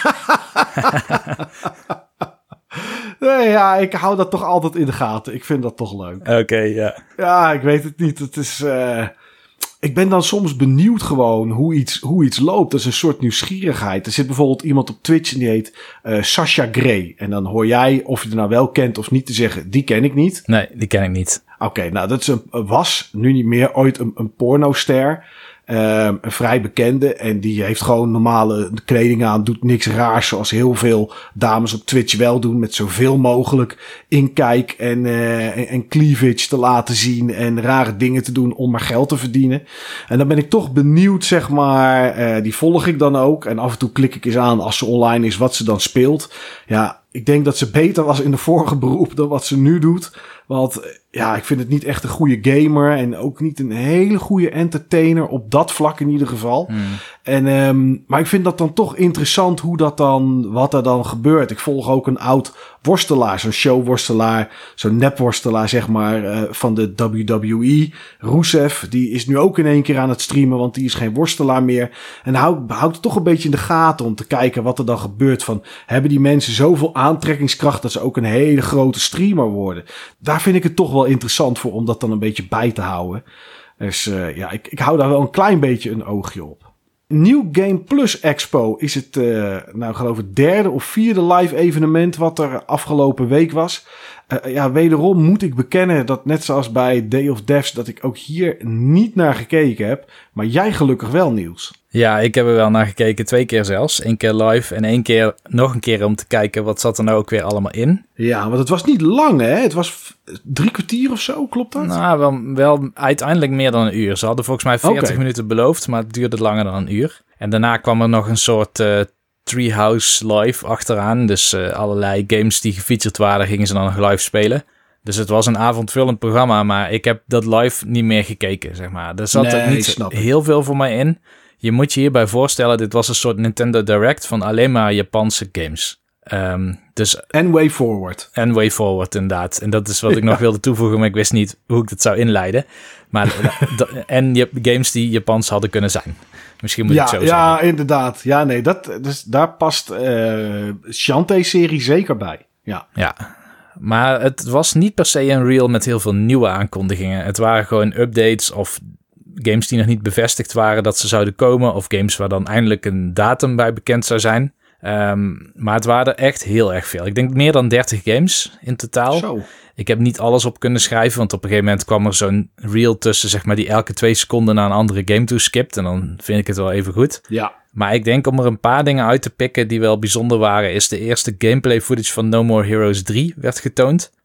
Nee, ja, ik hou dat toch altijd in de gaten. Ik vind dat toch leuk. Oké, okay, ja. Yeah. Ja, ik weet het niet. Het is... Uh, ik ben dan soms benieuwd gewoon hoe iets, hoe iets loopt. Dat is een soort nieuwsgierigheid. Er zit bijvoorbeeld iemand op Twitch en die heet uh, Sasha Grey. En dan hoor jij, of je er nou wel kent of niet, te zeggen, die ken ik niet. Nee, die ken ik niet. Oké, okay, nou dat is een, was, nu niet meer, ooit een, een pornoster. Um, een vrij bekende. En die heeft gewoon normale kleding aan. Doet niks raars zoals heel veel dames op Twitch wel doen. Met zoveel mogelijk inkijk en, uh, en, en cleavage te laten zien. En rare dingen te doen om maar geld te verdienen. En dan ben ik toch benieuwd, zeg maar. Uh, die volg ik dan ook. En af en toe klik ik eens aan als ze online is wat ze dan speelt. Ja, ik denk dat ze beter was in de vorige beroep dan wat ze nu doet. Want ja, ik vind het niet echt een goede gamer. En ook niet een hele goede entertainer. Op dat vlak in ieder geval. Hmm. En, um, maar ik vind dat dan toch interessant hoe dat dan, wat er dan gebeurt. Ik volg ook een oud worstelaar. Zo'n showworstelaar. Zo'n nepworstelaar, zeg maar, uh, van de W W E. Rusev, die is nu ook in één keer aan het streamen. Want die is geen worstelaar meer. En houdt houdt het toch een beetje in de gaten om te kijken wat er dan gebeurt. Van, hebben die mensen zoveel aantrekkingskracht dat ze ook een hele grote streamer worden? Daar vind ik het toch wel interessant voor om dat dan een beetje bij te houden. Dus uh, ja, ik, ik hou daar wel een klein beetje een oogje op. New Game Plus Expo is het, uh, nou geloof ik, derde of vierde live evenement wat er afgelopen week was. Uh, ja, wederom moet ik bekennen dat net zoals bij Day of Devs dat ik ook hier niet naar gekeken heb. Maar jij gelukkig wel, Niels. Ja, ik heb er wel naar gekeken, twee keer zelfs. Eén keer live en één keer nog een keer om te kijken wat zat er nou ook weer allemaal in. Ja, want het was niet lang, hè? Het was drie kwartier of zo, klopt dat? Nou, wel, wel uiteindelijk meer dan een uur. Ze hadden volgens mij veertig okay. minuten beloofd, maar het duurde langer dan een uur. En daarna kwam er nog een soort uh, Treehouse live achteraan. Dus uh, allerlei games die gefeatured waren, gingen ze dan nog live spelen. Dus het was een avondvullend programma, maar ik heb dat live niet meer gekeken, zeg maar. Er zat nee, er niet heel veel voor mij in. Je moet je hierbij voorstellen, dit was een soort Nintendo Direct van alleen maar Japanse games. Um, dus, en Way Forward. En Way Forward, inderdaad. En dat is wat ik ja. nog wilde toevoegen, maar ik wist niet hoe ik dat zou inleiden. Maar d- en je, games die Japans hadden kunnen zijn. Misschien moet ja, ik zo ja, zeggen. Ja, inderdaad. Ja, nee, dat, dus daar past uh, Shantae-serie zeker bij. Ja. Ja. Maar het was niet per se een reel met heel veel nieuwe aankondigingen. Het waren gewoon updates of games die nog niet bevestigd waren dat ze zouden komen. Of games waar dan eindelijk een datum bij bekend zou zijn. Um, maar het waren er echt heel erg veel. Ik denk meer dan dertig games in totaal. Zo. Ik heb niet alles op kunnen schrijven, want op een gegeven moment kwam er zo'n reel tussen, zeg maar, die elke twee seconden naar een andere game toe skipt. En dan vind ik het wel even goed. Ja. Maar ik denk om er een paar dingen uit te pikken die wel bijzonder waren, is de eerste gameplay footage van No More Heroes drie werd getoond.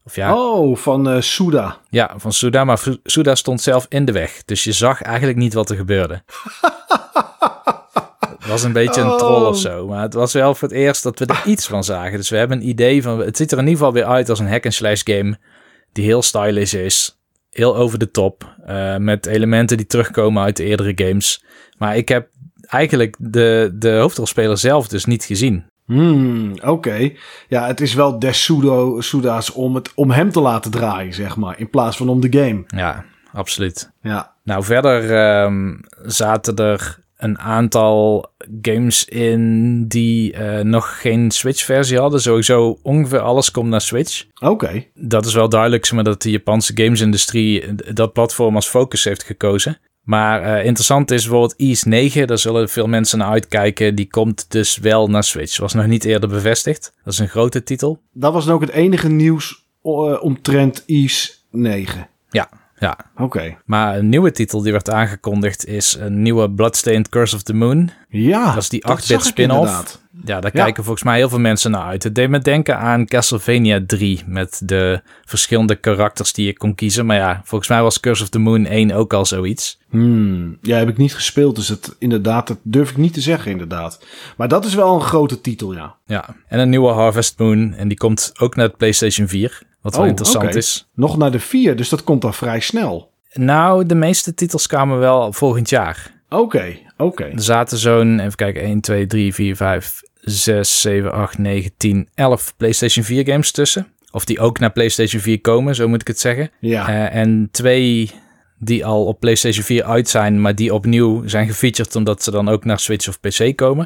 Of ja, oh, van uh, Suda. Ja, van Suda, maar Suda stond zelf in de weg. Dus je zag eigenlijk niet wat er gebeurde. Het was een beetje een troll of zo. Maar het was wel voor het eerst dat we er iets van zagen. Dus we hebben een idee van... Het ziet er in ieder geval weer uit als een hack-and-slash game... die heel stylish is. Heel over de top. Uh, met elementen die terugkomen uit de eerdere games. Maar ik heb eigenlijk de, de hoofdrolspeler zelf dus niet gezien. Hmm, oké. Okay. Ja, het is wel des Sudo, Suda's om, het, om hem te laten draaien, zeg maar. In plaats van om de game. Ja, absoluut. Ja. Nou, verder um, zaten er een aantal games in die uh, nog geen Switch-versie hadden. Sowieso ongeveer alles komt naar Switch. Oké. Okay. Dat is wel duidelijk, maar dat de Japanse gamesindustrie dat platform als focus heeft gekozen. Maar uh, interessant is bijvoorbeeld Ys negen. Daar zullen veel mensen naar uitkijken. Die komt dus wel naar Switch. Was nog niet eerder bevestigd. Dat is een grote titel. Dat was dan ook het enige nieuws uh, omtrent Ys negen. Ja, ja. Oké. Okay. Maar een nieuwe titel die werd aangekondigd is een nieuwe Bloodstained Curse of the Moon. Ja, dat is die acht-bit spin-off. Ja, daar ja. kijken volgens mij heel veel mensen naar uit. Het deed me denken aan Castlevania drie met de verschillende karakters die je kon kiezen. Maar ja, volgens mij was Curse of the Moon één ook al zoiets. Hmm, ja, heb ik niet gespeeld, dus het, inderdaad, dat durf ik niet te zeggen inderdaad. Maar dat is wel een grote titel, ja. Ja, en een nieuwe Harvest Moon en die komt ook naar de PlayStation vier, wat wel oh, interessant okay. is. Nog naar de vier, dus dat komt dan vrij snel. Nou, de meeste titels kwamen wel volgend jaar. Oké, okay, oké. Okay. Er zaten zo'n, even kijken, één, twee, drie, vier, vijf, zes, zeven, acht, negen, tien, elf PlayStation vier games tussen. Of die ook naar PlayStation vier komen, zo moet ik het zeggen. Ja. Uh, en twee die al op PlayStation vier uit zijn, maar die opnieuw zijn gefeatured omdat ze dan ook naar Switch of P C komen.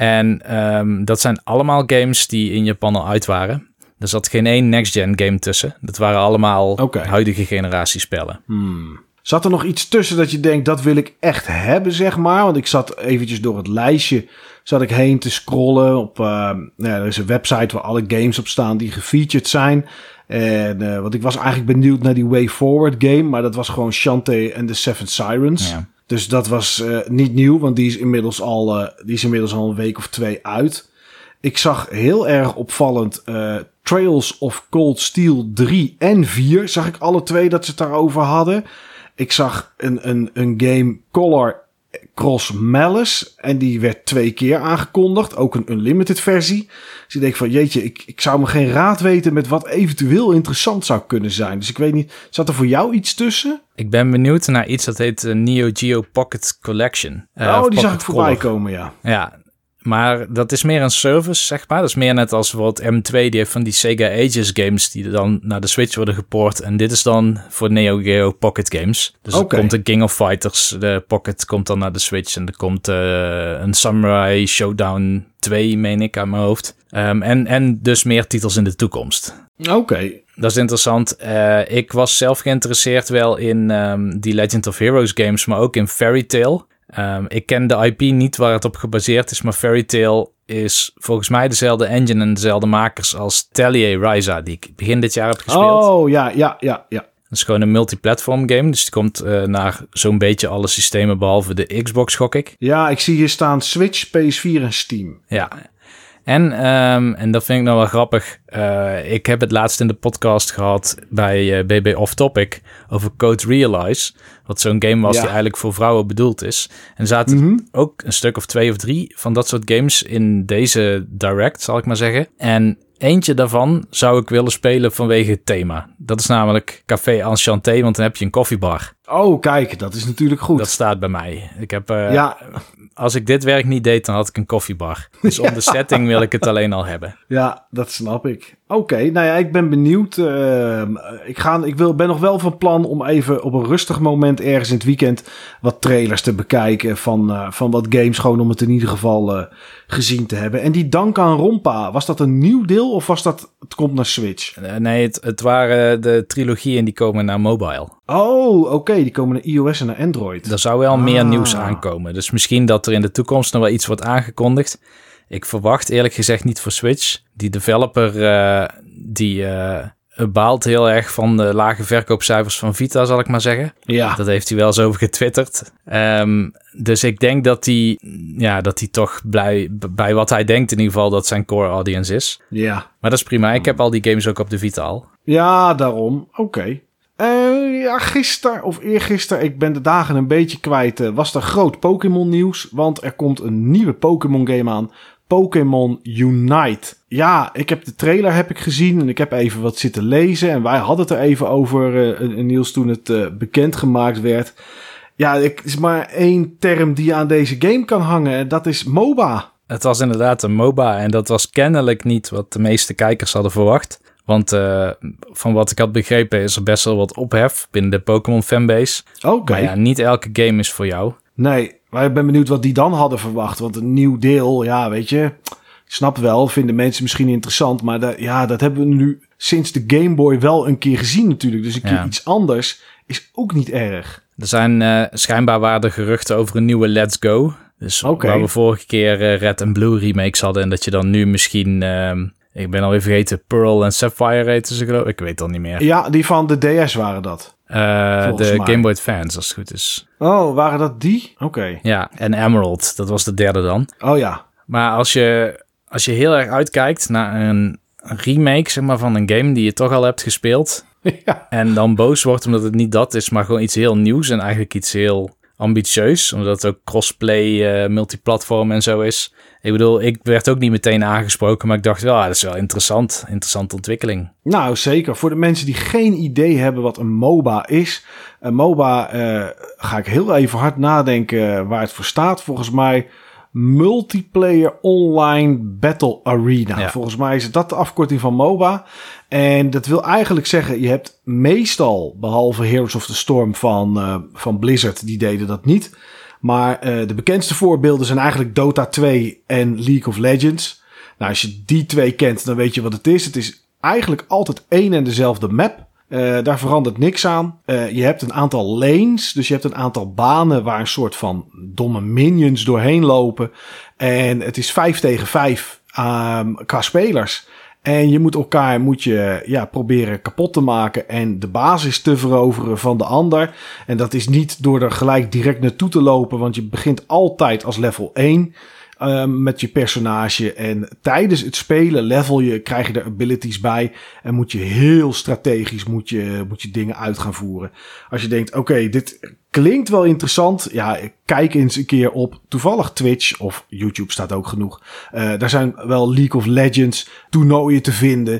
En um, dat zijn allemaal games die in Japan al uit waren. Er zat geen één next-gen game tussen. Dat waren allemaal okay. huidige generatie spellen. Hmm. Zat er nog iets tussen dat je denkt, dat wil ik echt hebben, zeg maar? Want ik zat eventjes door het lijstje, zat ik heen te scrollen op, uh, nou ja, er is een website waar alle games op staan die gefeatured zijn. En uh, want ik was eigenlijk benieuwd naar die Way Forward game, maar dat was gewoon Shantae and the Seven Sirens. Ja. Dus dat was uh, niet nieuw, want die is inmiddels al, uh, die is inmiddels al een week of twee uit. Ik zag heel erg opvallend uh, Trails of Cold Steel drie en vier. Zag ik alle twee dat ze het daarover hadden. Ik zag een, een, een game Color Cross Malice. En die werd twee keer aangekondigd. Ook een unlimited versie. Dus ik denk van jeetje, ik, ik zou me geen raad weten met wat eventueel interessant zou kunnen zijn. Dus ik weet niet, zat er voor jou iets tussen? Ik ben benieuwd naar iets dat heet uh, Neo Geo Pocket Collection. Uh, oh, die Pocket zag ik voorbij Color. komen, ja. Ja, maar dat is meer een service, zeg maar. Dat is meer net als bijvoorbeeld M twee, die heeft van die Sega Ages games die dan naar de Switch worden gepoord. En dit is dan voor Neo Geo Pocket games. Dus okay. er komt een King of Fighters, de Pocket komt dan naar de Switch. En er komt uh, een Samurai Showdown twee, meen ik, aan mijn hoofd. Um, en, en dus meer titels in de toekomst. Oké. Okay. Dat is interessant. Uh, ik was zelf geïnteresseerd wel in um, die Legend of Heroes games, maar ook in Fairy Tail. Um, ik ken de I P niet waar het op gebaseerd is, maar Fairy Tail is volgens mij dezelfde engine en dezelfde makers als Atelier Ryza, die ik begin dit jaar heb gespeeld. Oh, ja, ja, ja, ja. Dat is gewoon een multiplatform game, dus die komt uh, naar zo'n beetje alle systemen behalve de Xbox, gok ik. Ja, ik zie hier staan Switch, P S vier en Steam. Ja, en, um, en dat vind ik nou wel grappig. Uh, ik heb het laatst in de podcast gehad bij uh, B B Off Topic over Code Realize. Wat zo'n game was ja. die eigenlijk voor vrouwen bedoeld is. En er zaten mm-hmm. ook een stuk of twee of drie van dat soort games in deze Direct, zal ik maar zeggen. En eentje daarvan zou ik willen spelen vanwege het thema. Dat is namelijk Café Enchanté, want dan heb je een koffiebar. Oh, kijk, dat is natuurlijk goed. Dat staat bij mij. Ik heb... Uh, ja. Als ik dit werk niet deed, dan had ik een koffiebar. Dus om de setting wil ik het alleen al hebben. Ja, dat snap ik. Oké, okay, nou ja, ik ben benieuwd. Uh, ik ga, ik wil, ben nog wel van plan om even op een rustig moment ergens in het weekend wat trailers te bekijken van, uh, van wat games. Gewoon om het in ieder geval uh, gezien te hebben. En die Danganronpa, was dat een nieuw deel of was dat, het komt naar Switch? Uh, nee, het, het waren de trilogieën die komen naar mobile. Oh, oké, okay, die komen naar iOS en naar Android. Er zou wel ah. meer nieuws aankomen. Dus misschien dat er in de toekomst nog wel iets wordt aangekondigd. Ik verwacht eerlijk gezegd niet voor Switch. Die developer uh, die uh, baalt heel erg van de lage verkoopcijfers van Vita, zal ik maar zeggen. Ja. Dat heeft hij wel eens over getwitterd. Um, dus ik denk dat hij, ja, dat hij toch blij, bij wat hij denkt in ieder geval, dat zijn core audience is. Ja. Maar dat is prima. Ik heb al die games ook op de Vita al. Ja, daarom. Oké. Okay. Uh, ja, gisteren of eergisteren, ik ben de dagen een beetje kwijt, uh, was er groot Pokémon nieuws. Want er komt een nieuwe Pokémon game aan. Pokémon Unite. Ja, ik heb de trailer heb ik gezien en ik heb even wat zitten lezen. En wij hadden het er even over, uh, Niels, toen het uh, bekendgemaakt werd. Ja, er is maar één term die aan deze game kan hangen en dat is MOBA. Het was inderdaad een MOBA en dat was kennelijk niet wat de meeste kijkers hadden verwacht. Want uh, van wat ik had begrepen is er best wel wat ophef binnen de Pokémon fanbase. Oké. Okay. Maar ja, niet elke game is voor jou. Nee, maar ik ben benieuwd wat die dan hadden verwacht. Want een nieuw deel, ja, weet je, ik snap wel, vinden mensen misschien interessant. Maar dat, ja, dat hebben we nu sinds de Game Boy wel een keer gezien natuurlijk. Dus een keer ja. iets anders is ook niet erg. Er zijn uh, schijnbaar waren er geruchten over een nieuwe Let's Go. Dus okay. Waar we vorige keer uh, Red and Blue remakes hadden. En dat je dan nu misschien... Uh, ik ben alweer vergeten, Pearl en Sapphire heten ze geloof ik. Ik weet het al niet meer. Ja, die van de D S waren dat. Uh, de mij. Game Boy Advance, als het goed is. Oh, waren dat die? Oké. Okay. Ja, en Emerald, dat was de derde dan. Oh ja. Maar als je, als je heel erg uitkijkt naar een remake, zeg maar, van een game die je toch al hebt gespeeld... Ja. En dan boos wordt omdat het niet dat is, maar gewoon iets heel nieuws en eigenlijk iets heel ambitieus. Omdat het ook crossplay, uh, multiplatform en zo is. Ik bedoel, ik werd ook niet meteen aangesproken, maar ik dacht wel, ah, dat is wel interessant. Interessante ontwikkeling. Nou, zeker. Voor de mensen die geen idee hebben wat een MOBA is. Een MOBA, uh, ga ik heel even hard nadenken waar het voor staat. Volgens mij Multiplayer Online Battle Arena. Ja. Volgens mij is dat de afkorting van MOBA. En dat wil eigenlijk zeggen, je hebt meestal, behalve Heroes of the Storm van, uh, van Blizzard, die deden dat niet. Maar uh, de bekendste voorbeelden zijn eigenlijk Dota twee en League of Legends. Nou, als je die twee kent, dan weet je wat het is. Het is eigenlijk altijd één en dezelfde map. Uh, daar verandert niks aan. Uh, je hebt een aantal lanes, dus je hebt een aantal banen waar een soort van domme minions doorheen lopen. En het is vijf tegen vijf um, qua spelers. En je moet elkaar moet je, ja, proberen kapot te maken en de basis te veroveren van de ander. En dat is niet door er gelijk direct naartoe te lopen, want je begint altijd als level één. Um, met je personage en tijdens het spelen level je, krijg je er abilities bij en moet je heel strategisch moet je, moet je dingen uit gaan voeren. Als je denkt, oké, okay, dit klinkt wel interessant, ja, kijk eens een keer op toevallig Twitch of YouTube staat ook genoeg. Uh, daar zijn wel League of Legends toernooien te vinden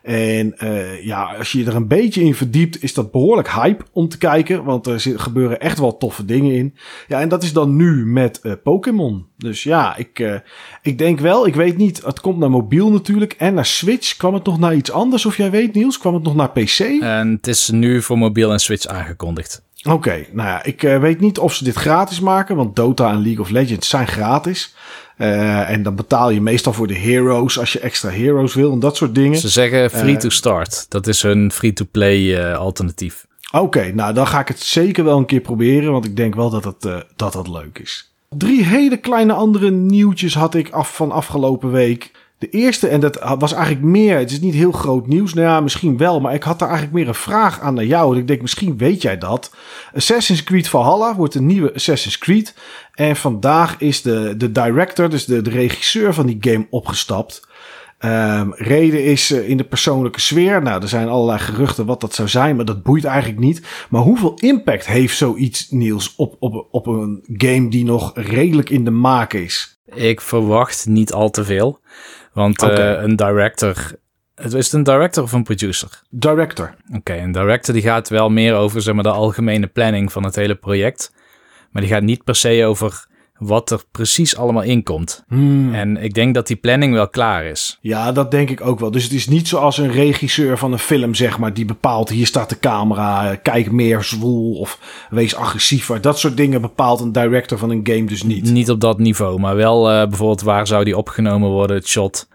en uh, ja, als je er een beetje in verdiept is dat behoorlijk hype om te kijken, want er gebeuren echt wel toffe dingen in. Ja, en dat is dan nu met uh, Pokémon. Dus ja, ik, uh, ik denk wel, ik weet niet, het komt naar mobiel natuurlijk en naar Switch. Kwam het nog naar iets anders of jij weet, Niels? Kwam het nog naar P C? En het is nu voor mobiel en Switch aangekondigd. Oké, okay, nou ja, ik uh, weet niet of ze dit gratis maken, want Dota en League of Legends zijn gratis. Uh, en dan betaal je meestal voor de heroes als je extra heroes wil en dat soort dingen. Ze zeggen free uh, to start. Dat is hun free-to-play uh, alternatief. Oké, okay, nou dan ga ik het zeker wel een keer proberen, want ik denk wel dat het, uh, dat, dat leuk is. Drie hele kleine andere nieuwtjes had ik af van afgelopen week. De eerste, en dat was eigenlijk meer, het is niet heel groot nieuws, nou ja, misschien wel, maar ik had daar eigenlijk meer een vraag aan naar jou. En ik denk, misschien weet jij dat. Assassin's Creed Valhalla wordt een nieuwe Assassin's Creed. En vandaag is de, de director, dus de, de regisseur van die game, opgestapt. Um, reden is uh, in de persoonlijke sfeer. Nou, er zijn allerlei geruchten wat dat zou zijn, maar dat boeit eigenlijk niet. Maar hoeveel impact heeft zoiets, Niels, op, op, op een game die nog redelijk in de maak is? Ik verwacht niet al te veel. Want okay. uh, een director... Is het een director of een producer? Director. Oké, okay, een director die gaat wel meer over, zeg maar, de algemene planning van het hele project. Maar die gaat niet per se over wat er precies allemaal in komt. Hmm. En ik denk dat die planning wel klaar is. Ja, dat denk ik ook wel. Dus het is niet zoals een regisseur van een film, zeg maar, die bepaalt, hier staat de camera, kijk meer zwoel of wees agressiever. Dat soort dingen bepaalt een director van een game dus niet. Niet op dat niveau, maar wel uh, bijvoorbeeld waar zou die opgenomen worden, het shot.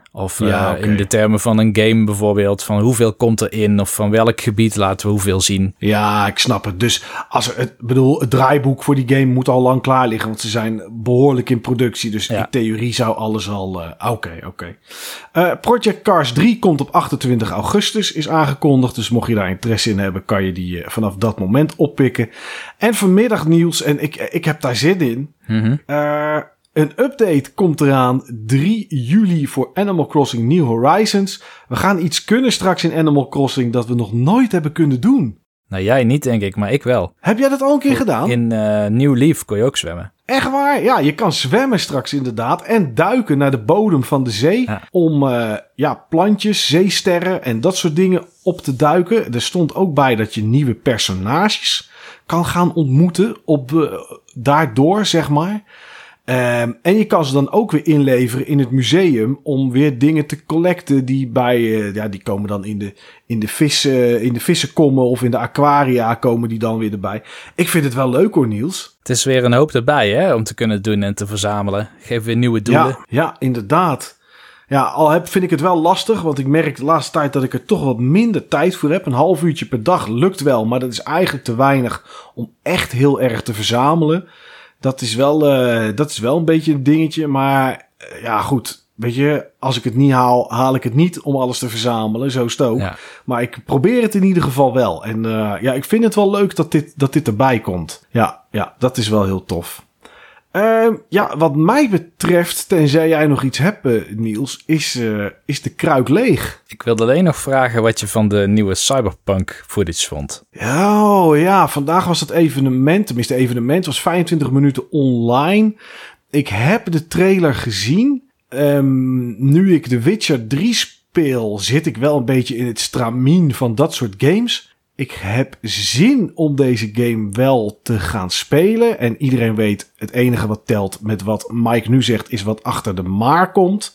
Of ja, uh, okay. in de termen van een game bijvoorbeeld, van hoeveel komt erin of van welk gebied laten we hoeveel zien. Ja, ik snap het. Dus als er, het bedoel, het draaiboek voor die game moet al lang klaar liggen, want ze zijn behoorlijk in productie. Dus ja. in theorie zou alles al... Oké, uh, oké. Okay, okay. uh, Project Cars drie komt op achtentwintig augustus, is aangekondigd. Dus mocht je daar interesse in hebben, kan je die uh, vanaf dat moment oppikken. En vanmiddag nieuws, en ik, ik heb daar zin in. Mm-hmm. Uh, Een update komt eraan drie juli voor Animal Crossing New Horizons. We gaan iets kunnen straks in Animal Crossing dat we nog nooit hebben kunnen doen. Nou, jij niet denk ik, maar ik wel. Heb jij dat al een keer gedaan? In uh, New Leaf kon je ook zwemmen. Echt waar? Ja, je kan zwemmen straks inderdaad. En duiken naar de bodem van de zee. Ja. Om uh, ja, plantjes, zeesterren en dat soort dingen op te duiken. Er stond ook bij dat je nieuwe personages kan gaan ontmoeten. Op, uh, daardoor, zeg maar. Um, en je kan ze dan ook weer inleveren in het museum om weer dingen te collecten die bij, uh, ja, die komen dan in de, in de vissen, in de vissenkommen of in de aquaria komen die dan weer erbij. Ik vind het wel leuk hoor, Niels. Het is weer een hoop erbij, hè, om te kunnen doen en te verzamelen. Geef weer nieuwe doelen. Ja, ja, inderdaad. Ja, al heb, vind ik het wel lastig, want ik merk de laatste tijd dat ik er toch wat minder tijd voor heb. Een half uurtje per dag lukt wel, maar dat is eigenlijk te weinig om echt heel erg te verzamelen. Dat is wel, uh, dat is wel een beetje een dingetje, maar uh, ja goed, weet je, als ik het niet haal, haal ik het niet om alles te verzamelen, zo is het ook. Ja. Maar ik probeer het in ieder geval wel. En uh, ja, ik vind het wel leuk dat dit, dat dit erbij komt. Ja, ja, dat is wel heel tof. Uh, ja, wat mij betreft, tenzij jij nog iets hebt, uh, Niels, is, uh, is de kruik leeg. Ik wilde alleen nog vragen wat je van de nieuwe Cyberpunk footage vond. Oh ja, vandaag was het evenement, tenminste het evenement was vijfentwintig minuten online. Ik heb de trailer gezien. Um, nu ik The Witcher drie speel, zit ik wel een beetje in het stramien van dat soort games. Ik heb zin om deze game wel te gaan spelen. En iedereen weet, het enige wat telt met wat Mike nu zegt, is wat achter de maar komt.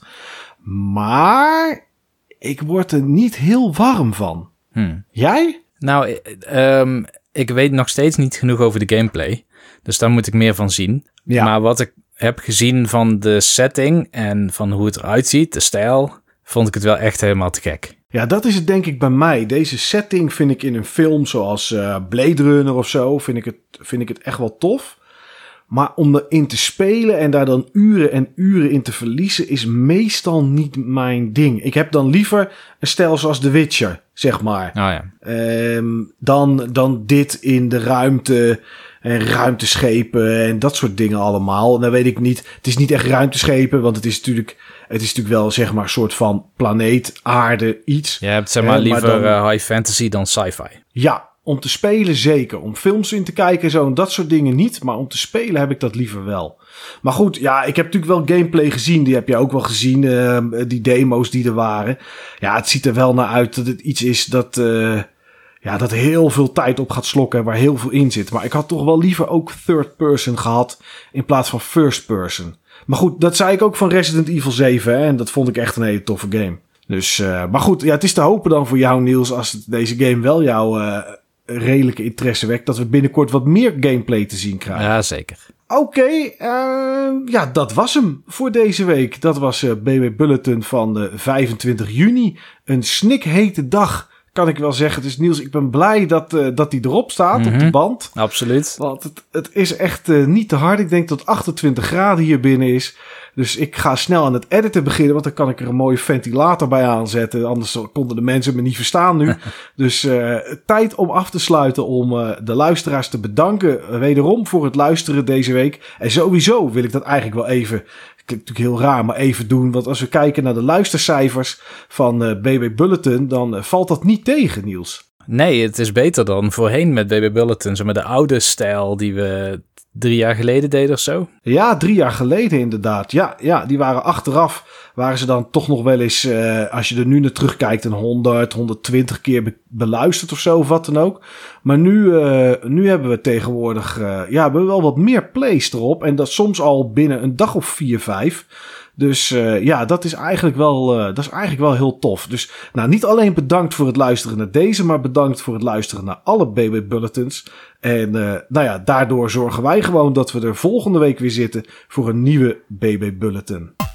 Maar ik word er niet heel warm van. Hmm. Jij? Nou, um, ik weet nog steeds niet genoeg over de gameplay. Dus daar moet ik meer van zien. Ja. Maar wat ik heb gezien van de setting en van hoe het eruit ziet, de stijl, vond ik het wel echt helemaal te gek. Ja, dat is het denk ik bij mij. Deze setting vind ik in een film zoals uh, Blade Runner of zo, vind ik, het, vind ik het echt wel tof. Maar om erin te spelen en daar dan uren en uren in te verliezen is meestal niet mijn ding. Ik heb dan liever een stijl zoals The Witcher, zeg maar. Oh ja. Um, dan, dan dit in de ruimte en ruimteschepen en dat soort dingen allemaal. En dan weet ik niet, het is niet echt ruimteschepen, want het is natuurlijk... Het is natuurlijk wel, zeg maar, een soort van planeet, aarde, iets. Je hebt, zeg maar, liever maar dan, uh, high fantasy dan sci-fi. Ja, om te spelen zeker. Om films in te kijken en zo en dat soort dingen niet. Maar om te spelen heb ik dat liever wel. Maar goed, ja, ik heb natuurlijk wel gameplay gezien. Die heb je ook wel gezien, uh, die demo's die er waren. Ja, het ziet er wel naar uit dat het iets is dat... Uh, Ja, dat heel veel tijd op gaat slokken en waar heel veel in zit. Maar ik had toch wel liever ook third person gehad in plaats van first person. Maar goed, dat zei ik ook van Resident Evil zeven. Hè, en dat vond ik echt een hele toffe game. Dus, uh, maar goed, ja, het is te hopen dan voor jou, Niels, als het, deze game wel jouw uh, redelijke interesse wekt, dat we binnenkort wat meer gameplay te zien krijgen. Ja, zeker. Oké, okay, uh, ja, dat was hem voor deze week. Dat was uh, B B Bulletin van uh, vijfentwintig juni. Een snikhete dag, kan ik wel zeggen. Dus Niels, ik ben blij dat, uh, dat die erop staat, mm-hmm. op de band. Absoluut. Want het, het is echt uh, niet te hard. Ik denk dat achtentwintig graden hier binnen is. Dus ik ga snel aan het editen beginnen, want dan kan ik er een mooie ventilator bij aanzetten. Anders konden de mensen me niet verstaan nu. Dus uh, tijd om af te sluiten, om uh, de luisteraars te bedanken. Uh, wederom voor het luisteren deze week. En sowieso wil ik dat eigenlijk wel even... Klinkt natuurlijk heel raar, maar even doen. Want als we kijken naar de luistercijfers van uh, B B Bulletin, dan uh, valt dat niet tegen, Niels. Nee, het is beter dan voorheen met B B Bulletin. Zeg maar de oude stijl die we drie jaar geleden deden of zo. Ja, drie jaar geleden inderdaad. Ja, ja, die waren achteraf, waren ze dan toch nog wel eens, uh, als je er nu naar terugkijkt, een honderd, honderdtwintig keer be- beluisterd of zo, of wat dan ook. Maar nu, uh, nu hebben we tegenwoordig, uh, ja, hebben we wel wat meer plays erop. En dat soms al binnen een dag of vier, vijf. Dus uh, ja, dat is eigenlijk wel, uh, dat is eigenlijk wel heel tof. Dus nou, niet alleen bedankt voor het luisteren naar deze, maar bedankt voor het luisteren naar alle B B Bulletins. En uh, nou ja, daardoor zorgen wij gewoon dat we er volgende week weer zitten voor een nieuwe B B Bulletin.